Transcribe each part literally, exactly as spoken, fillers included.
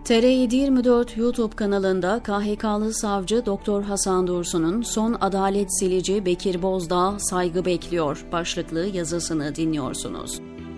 T R yedi yirmi dört YouTube kanalında K H K'lı savcı Doktor Hasan Dursun'un "Son adalet silici Bekir Bozdağ saygı bekliyor" başlıklı yazısını dinliyorsunuz.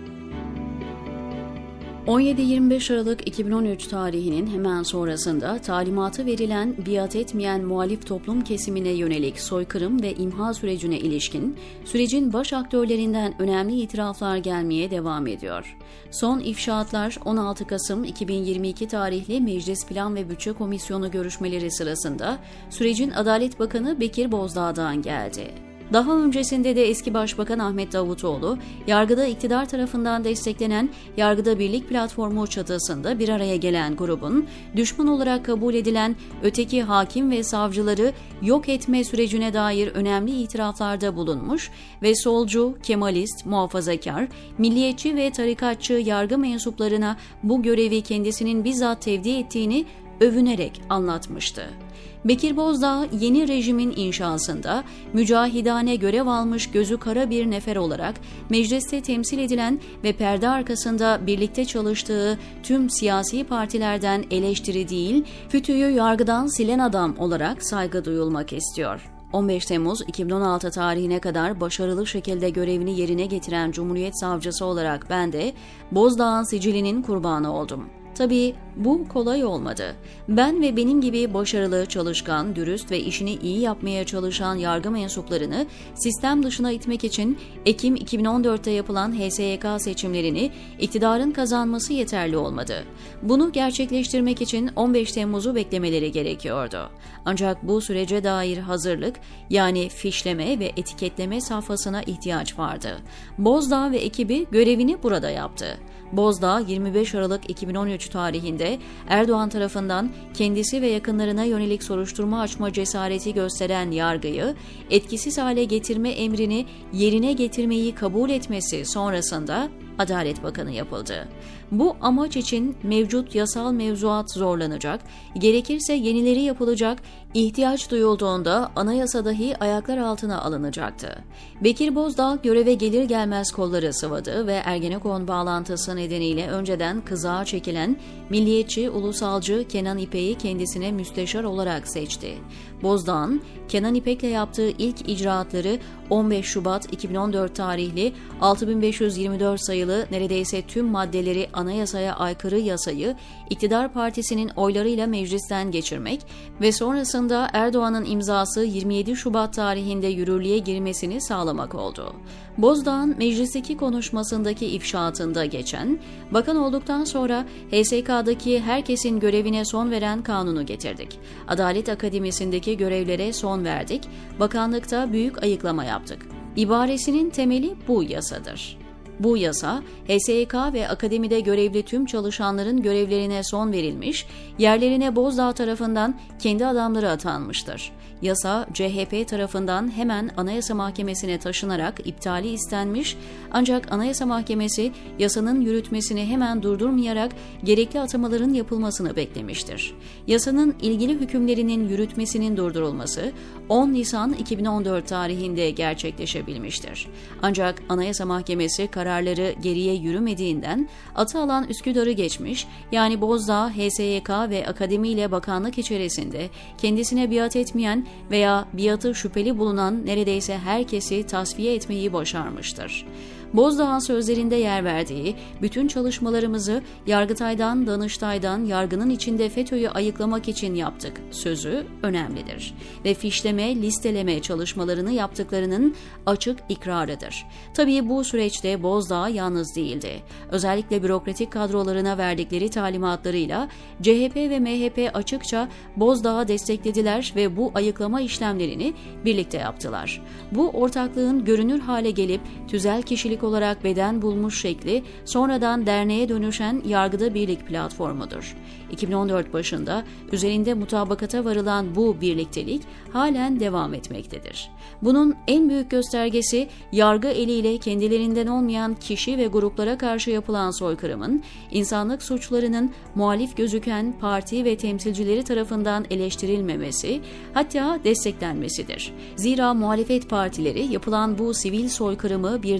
on yedi yirmi beş Aralık iki bin on üç tarihinin hemen sonrasında talimatı verilen biat etmeyen muhalif toplum kesimine yönelik soykırım ve imha sürecine ilişkin sürecin baş aktörlerinden önemli itiraflar gelmeye devam ediyor. Son ifşaatlar on altı Kasım iki bin yirmi iki tarihli Meclis Plan ve Bütçe Komisyonu görüşmeleri sırasında sürecin Adalet Bakanı Bekir Bozdağ'dan geldi. Daha öncesinde de eski Başbakan Ahmet Davutoğlu, yargıda iktidar tarafından desteklenen Yargıda Birlik Platformu çatısında bir araya gelen grubun, düşman olarak kabul edilen öteki hakim ve savcıları yok etme sürecine dair önemli itiraflarda bulunmuş ve solcu, Kemalist, muhafazakar, milliyetçi ve tarikatçı yargı mensuplarına bu görevi kendisinin bizzat tevdi ettiğini övünerek anlatmıştı. Bekir Bozdağ, yeni rejimin inşasında mücahidane görev almış gözü kara bir nefer olarak mecliste temsil edilen ve perde arkasında birlikte çalıştığı tüm siyasi partilerden eleştiri değil, FETÖ'yü yargıdan silen adam olarak saygı duyulmak istiyor. on beş Temmuz iki bin on altı tarihine kadar başarılı şekilde görevini yerine getiren Cumhuriyet Savcısı olarak ben de Bozdağ'ın sicilinin kurbanı oldum. Tabii bu kolay olmadı. Ben ve benim gibi başarılı, çalışkan, dürüst ve işini iyi yapmaya çalışan yargı mensuplarını sistem dışına itmek için Ekim iki bin on dörtte yapılan H S Y K seçimlerini iktidarın kazanması yeterli olmadı. Bunu gerçekleştirmek için on beş Temmuz'u beklemeleri gerekiyordu. Ancak bu sürece dair hazırlık, yani fişleme ve etiketleme safhasına ihtiyaç vardı. Bozdağ ve ekibi görevini burada yaptı. Bozdağ yirmi beş Aralık iki bin on üç tarihinde Erdoğan tarafından kendisi ve yakınlarına yönelik soruşturma açma cesareti gösteren yargıyı etkisiz hale getirme emrini yerine getirmeyi kabul etmesi sonrasında Adalet Bakanı yapıldı. Bu amaç için mevcut yasal mevzuat zorlanacak, gerekirse yenileri yapılacak, ihtiyaç duyulduğunda anayasa dahi ayaklar altına alınacaktı. Bekir Bozdağ göreve gelir gelmez kolları sıvadı ve Ergenekon bağlantısı nedeniyle önceden kızağa çekilen milliyetçi, ulusalcı Kenan İpek'i kendisine müsteşar olarak seçti. Bozdağ'ın Kenan İpek'le yaptığı ilk icraatları on beş Şubat iki bin on dört tarihli altı bin beş yüz yirmi dört sayılı neredeyse tüm maddeleri anayasaya aykırı yasayı iktidar partisinin oylarıyla meclisten geçirmek ve sonrasında Erdoğan'ın imzası yirmi yedi Şubat tarihinde yürürlüğe girmesini sağlamak oldu. Bozdağ'ın meclisteki konuşmasındaki ifşaatında geçen, bakan olduktan sonra H S K'daki herkesin görevine son veren kanunu getirdik. Adalet Akademisi'ndeki görevlere son verdik, bakanlıkta büyük ayıklama yaptık. İbaresinin temeli bu yasadır. Bu yasa, H S Y K ve akademide görevli tüm çalışanların görevlerine son verilmiş, yerlerine Bozdağ tarafından kendi adamları atanmıştır. Yasa, C H P tarafından hemen Anayasa Mahkemesi'ne taşınarak iptali istenmiş, ancak Anayasa Mahkemesi yasanın yürütmesini hemen durdurmayarak gerekli atamaların yapılmasını beklemiştir. Yasanın ilgili hükümlerinin yürütmesinin durdurulması on Nisan iki bin on dört tarihinde gerçekleşebilmiştir. Ancak Anayasa Mahkemesi kararları geriye yürümediğinden atı alan Üsküdar'ı geçmiş, yani Bozdağ, H S Y K ve akademi ile bakanlık içerisinde kendisine biat etmeyen veya biatı şüpheli bulunan neredeyse herkesi tasfiye etmeyi başarmıştır. Bozdağ'ın sözlerinde yer verdiği bütün çalışmalarımızı Yargıtay'dan, Danıştay'dan, yargının içinde FETÖ'yü ayıklamak için yaptık sözü önemlidir ve fişleme, listeleme çalışmalarını yaptıklarının açık ikrarıdır. Tabii bu süreçte Bozdağ yalnız değildi. Özellikle bürokratik kadrolarına verdikleri talimatlarıyla C H P ve M H P açıkça Bozdağ'ı desteklediler ve bu ayıklama işlemlerini birlikte yaptılar. Bu ortaklığın görünür hale gelip tüzel kişilik olarak beden bulmuş şekli sonradan derneğe dönüşen Yargıda Birlik Platformu'dur. iki bin on dört başında üzerinde mutabakata varılan bu birliktelik halen devam etmektedir. Bunun en büyük göstergesi yargı eliyle kendilerinden olmayan kişi ve gruplara karşı yapılan soykırımın, insanlık suçlarının muhalif gözüken parti ve temsilcileri tarafından eleştirilmemesi, hatta desteklenmesidir. Zira muhalefet partileri yapılan bu sivil soykırımı bir devlet politikası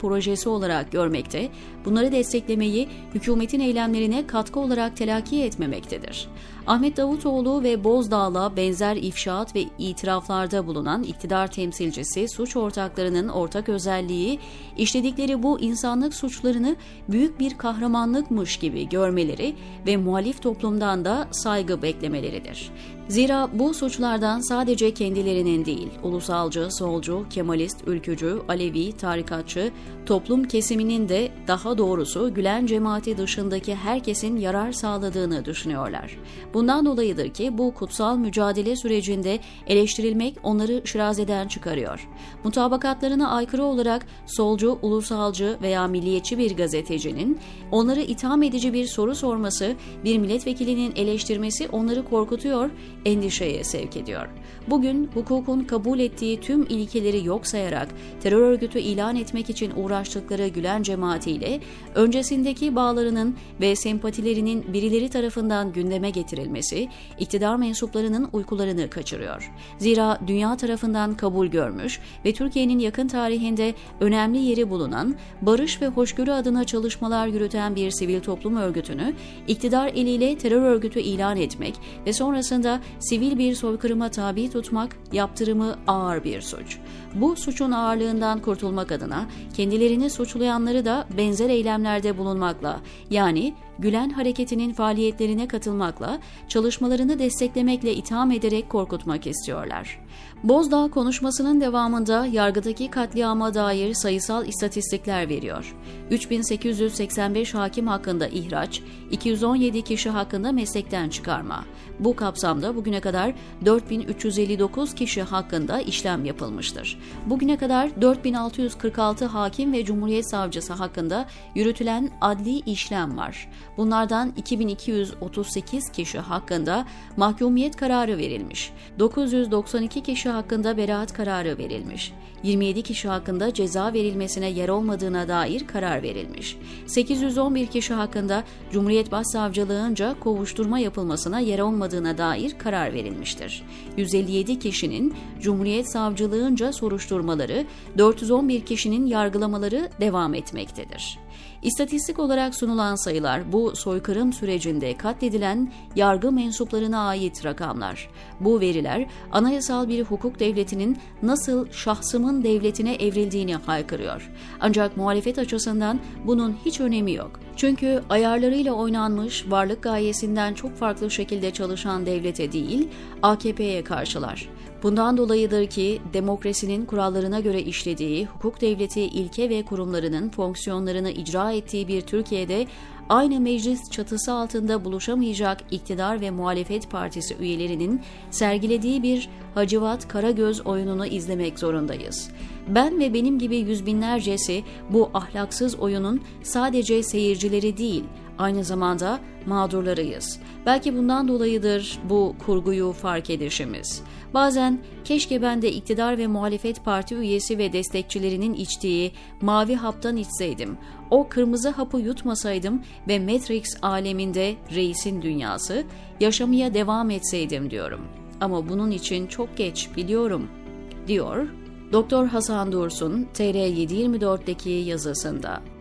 projesi olarak görmekte, bunları desteklemeyi hükümetin eylemlerine katkı olarak telakki etmemektedir. Ahmet Davutoğlu ve Bozdağ'la benzer ifşaat ve itiraflarda bulunan iktidar temsilcisi suç ortaklarının ortak özelliği, işledikleri bu insanlık suçlarını büyük bir kahramanlıkmış gibi görmeleri ve muhalif toplumdan da saygı beklemeleridir. Zira bu suçlardan sadece kendilerinin değil, ulusalcı, solcu, Kemalist, ülkücü, Alevi, tarikatçı, toplum kesiminin de daha doğrusu Gülen cemaati dışındaki herkesin yarar sağladığını düşünüyorlar. Bundan dolayıdır ki bu kutsal mücadele sürecinde eleştirilmek onları şirazeden çıkarıyor. Mutabakatlarına aykırı olarak solcu, ulusalcı veya milliyetçi bir gazetecinin onları itham edici bir soru sorması, bir milletvekilinin eleştirmesi onları korkutuyor, endişeye sevk ediyor. Bugün hukukun kabul ettiği tüm ilkeleri yok sayarak terör örgütü ilan etmek için uğraştıkları Gülen cemaatiyle öncesindeki bağlarının ve sempatilerinin birileri tarafından gündeme getirilmesi, iktidar mensuplarının uykularını kaçırıyor. Zira dünya tarafından kabul görmüş ve Türkiye'nin yakın tarihinde önemli yeri bulunan, barış ve hoşgörü adına çalışmalar yürüten bir sivil toplum örgütünü iktidar eliyle terör örgütü ilan etmek ve sonrasında sivil bir soykırıma tabi tutmak, yaptırımı ağır bir suç. Bu suçun ağırlığından kurtulmak adına kendilerini suçlayanları da benzer eylemlerde bulunmakla, yani Gülen hareketinin faaliyetlerine katılmakla, çalışmalarını desteklemekle itham ederek korkutmak istiyorlar. Bozdağ konuşmasının devamında yargıdaki katliama dair sayısal istatistikler veriyor. üç bin sekiz yüz seksen beş hakim hakkında ihraç, iki yüz on yedi kişi hakkında meslekten çıkarma. Bu kapsamda bugüne kadar dört bin üç yüz elli dokuz kişi hakkında işlem yapılmıştır. Bugüne kadar dört bin altı yüz kırk altı hakim ve Cumhuriyet Savcısı hakkında yürütülen adli işlem var. Bunlardan iki bin iki yüz otuz sekiz kişi hakkında mahkumiyet kararı verilmiş. dokuz yüz doksan iki kişi hakkında beraat kararı verilmiş. yirmi yedi kişi hakkında ceza verilmesine yer olmadığına dair karar verilmiş. sekiz yüz on bir kişi hakkında Cumhuriyet Başsavcılığınca kovuşturma yapılmasına yer olmadığına dair karar verilmiştir. yüz elli yedi kişinin Cumhuriyet Savcılığınca soruşturmaları, dört yüz on bir kişinin yargılamaları devam etmektedir. İstatistik olarak sunulan sayılar bu soykırım sürecinde katledilen yargı mensuplarına ait rakamlar. Bu veriler anayasal bir hukuk devletinin nasıl şahsımın devletine evrildiğini haykırıyor. Ancak muhalefet açısından bunun hiç önemi yok. Çünkü ayarlarıyla oynanmış, varlık gayesinden çok farklı şekilde çalışan devlete değil, A K P'ye karşılar. Bundan dolayıdır ki demokrasinin kurallarına göre işlediği, hukuk devleti ilke ve kurumlarının fonksiyonlarını icra ettiği bir Türkiye'de aynı meclis çatısı altında buluşamayacak iktidar ve muhalefet partisi üyelerinin sergilediği bir Hacivat Karagöz oyununu izlemek zorundayız. Ben ve benim gibi yüz binlercesi bu ahlaksız oyunun sadece seyircileri değil, aynı zamanda mağdurlarıyız. Belki bundan dolayıdır bu kurguyu fark edişimiz. Bazen keşke ben de iktidar ve muhalefet parti üyesi ve destekçilerinin içtiği mavi haptan içseydim, o kırmızı hapı yutmasaydım ve Matrix aleminde reisin dünyası, yaşamaya devam etseydim diyorum. Ama bunun için çok geç biliyorum, diyor Doktor Hasan Dursun T R yedi yirmi dört'teki yazısında.